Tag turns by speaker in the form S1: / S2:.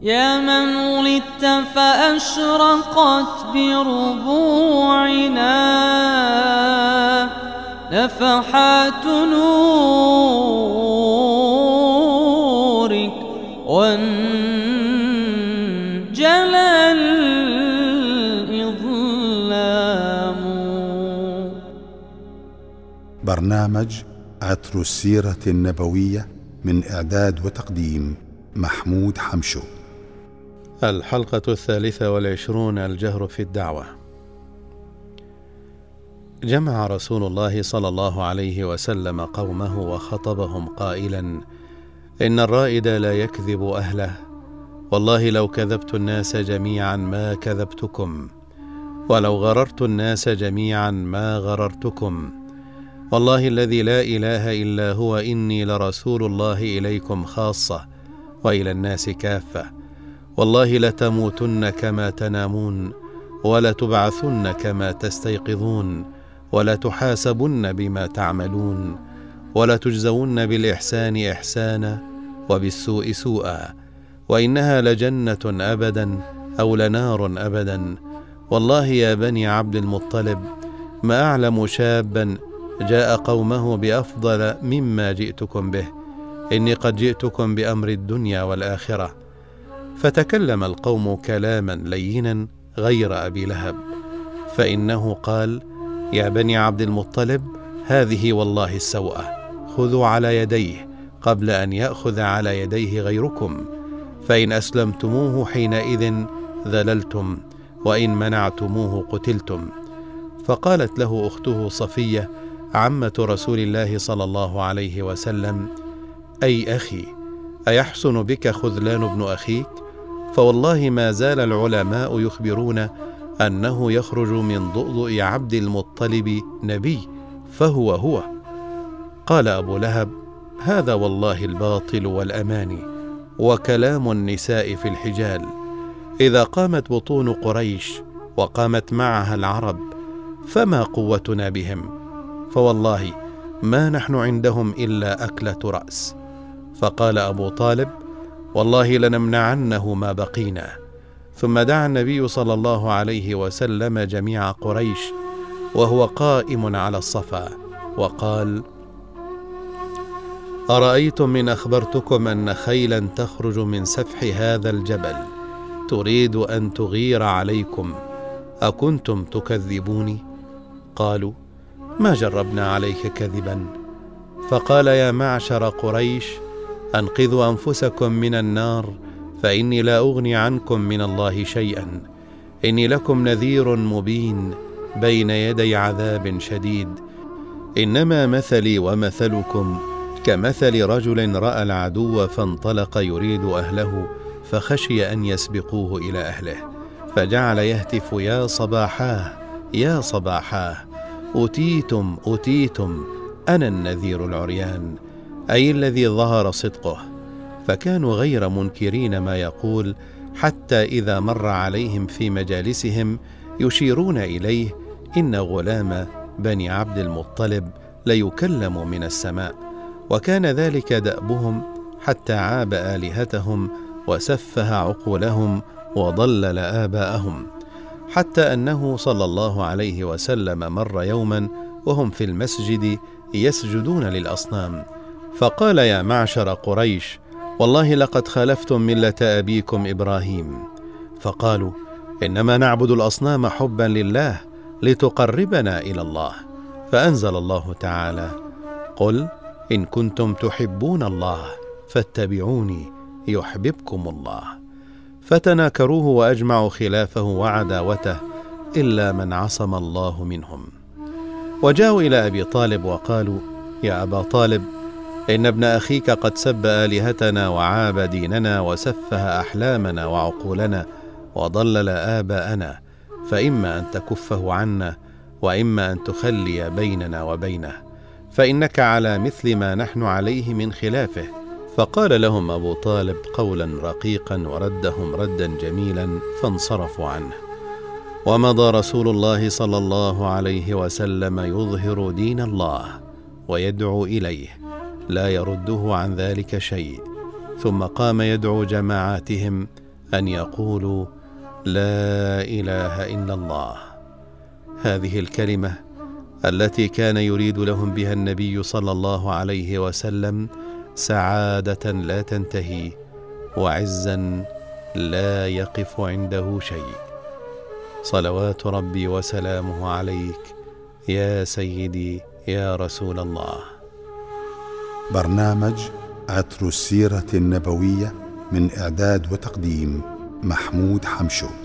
S1: يا من ولدت فأشرقت بربوعنا نفحات نورك وانجلى الإظلام.
S2: برنامج عطر السيرة النبوية، من إعداد وتقديم محمود حمشو.
S3: الحلقة 23: الجهر في الدعوة. جمع رسول الله صلى الله عليه وسلم قومه وخطبهم قائلا: إن الرائد لا يكذب أهله، والله لو كذبت الناس جميعا ما كذبتكم، ولو غررت الناس جميعا ما غررتكم، والله الذي لا إله إلا هو إني لرسول الله إليكم خاصة وإلى الناس كافة، والله لتموتن كما تنامون ولتبعثن كما تستيقظون ولتحاسبن بما تعملون ولتجزون بالإحسان إحسانا وبالسوء سوءا، وإنها لجنة أبدا أو لنار أبدا. والله يا بني عبد المطلب ما أعلم شابا جاء قومه بأفضل مما جئتكم به، إني قد جئتكم بأمر الدنيا والآخرة. فتكلم القوم كلاما لينا غير أبي لهب، فإنه قال: يا بني عبد المطلب هذه والله السوءة، خذوا على يديه قبل أن يأخذ على يديه غيركم، فإن أسلمتموه حينئذ ذللتم، وإن منعتموه قتلتم. فقالت له أخته صفية عمة رسول الله صلى الله عليه وسلم: أي أخي، أيحسن بك خذلان ابن أخيك؟ فوالله ما زال العلماء يخبرون أنه يخرج من ضؤضؤ عبد المطلب نبي، فهو هو. قال أبو لهب: هذا والله الباطل والأماني وكلام النساء في الحجال. إذا قامت بطون قريش وقامت معها العرب فما قوتنا بهم؟ فوالله ما نحن عندهم إلا أكلة رأس. فقال أبو طالب: والله لنمنعنه ما بقينا. ثم دعا النبي صلى الله عليه وسلم جميع قريش وهو قائم على الصفا، وقال: أرأيتم إن أخبرتكم أن خيلا تخرج من سفح هذا الجبل تريد أن تغير عليكم أكنتم تكذبوني؟ قالوا: ما جربنا عليك كذبا. فقال: يا معشر قريش، أنقذوا أنفسكم من النار، فإني لا أغني عنكم من الله شيئا، إني لكم نذير مبين بين يدي عذاب شديد. إنما مثلي ومثلكم كمثل رجل رأى العدو فانطلق يريد أهله، فخشي أن يسبقوه إلى أهله، فجعل يهتف: يا صباحاه يا صباحاه، أتيتم أتيتم، أنا النذير العريان، أي الذي ظهر صدقه. فكانوا غير منكرين ما يقول، حتى إذا مر عليهم في مجالسهم يشيرون إليه: إن غلام بني عبد المطلب ليكلم من السماء. وكان ذلك دأبهم حتى عاب آلهتهم وسفه عقولهم وضلل آباءهم، حتى أنه صلى الله عليه وسلم مر يوما وهم في المسجد يسجدون للأصنام، فقال: يا معشر قريش، والله لقد خالفتم ملة أبيكم إبراهيم. فقالوا: إنما نعبد الأصنام حبا لله لتقربنا إلى الله. فأنزل الله تعالى: قل إن كنتم تحبون الله فاتبعوني يحببكم الله. فتناكروه وأجمعوا خلافه وعداوته إلا من عصم الله منهم. وجاءوا إلى أبي طالب وقالوا: يا أبا طالب، إن ابن أخيك قد سب آلهتنا وعاب ديننا وسفه أحلامنا وعقولنا وضلل آباءنا، فإما أن تكفه عنا وإما أن تخلي بيننا وبينه، فإنك على مثل ما نحن عليه من خلافه. فقال لهم أبو طالب قولا رقيقا وردهم ردا جميلا، فانصرفوا عنه. ومضى رسول الله صلى الله عليه وسلم يظهر دين الله ويدعو إليه، لا يرده عن ذلك شيء. ثم قام يدعو جماعاتهم أن يقولوا لا إله إلا الله. هذه الكلمة التي كان يريد لهم بها النبي صلى الله عليه وسلم سعادة لا تنتهي وعزا لا يقف عنده شيء. صلوات ربي وسلامه عليك يا سيدي يا رسول الله.
S2: برنامج عطر السيرة النبوية من إعداد وتقديم محمود حمشو.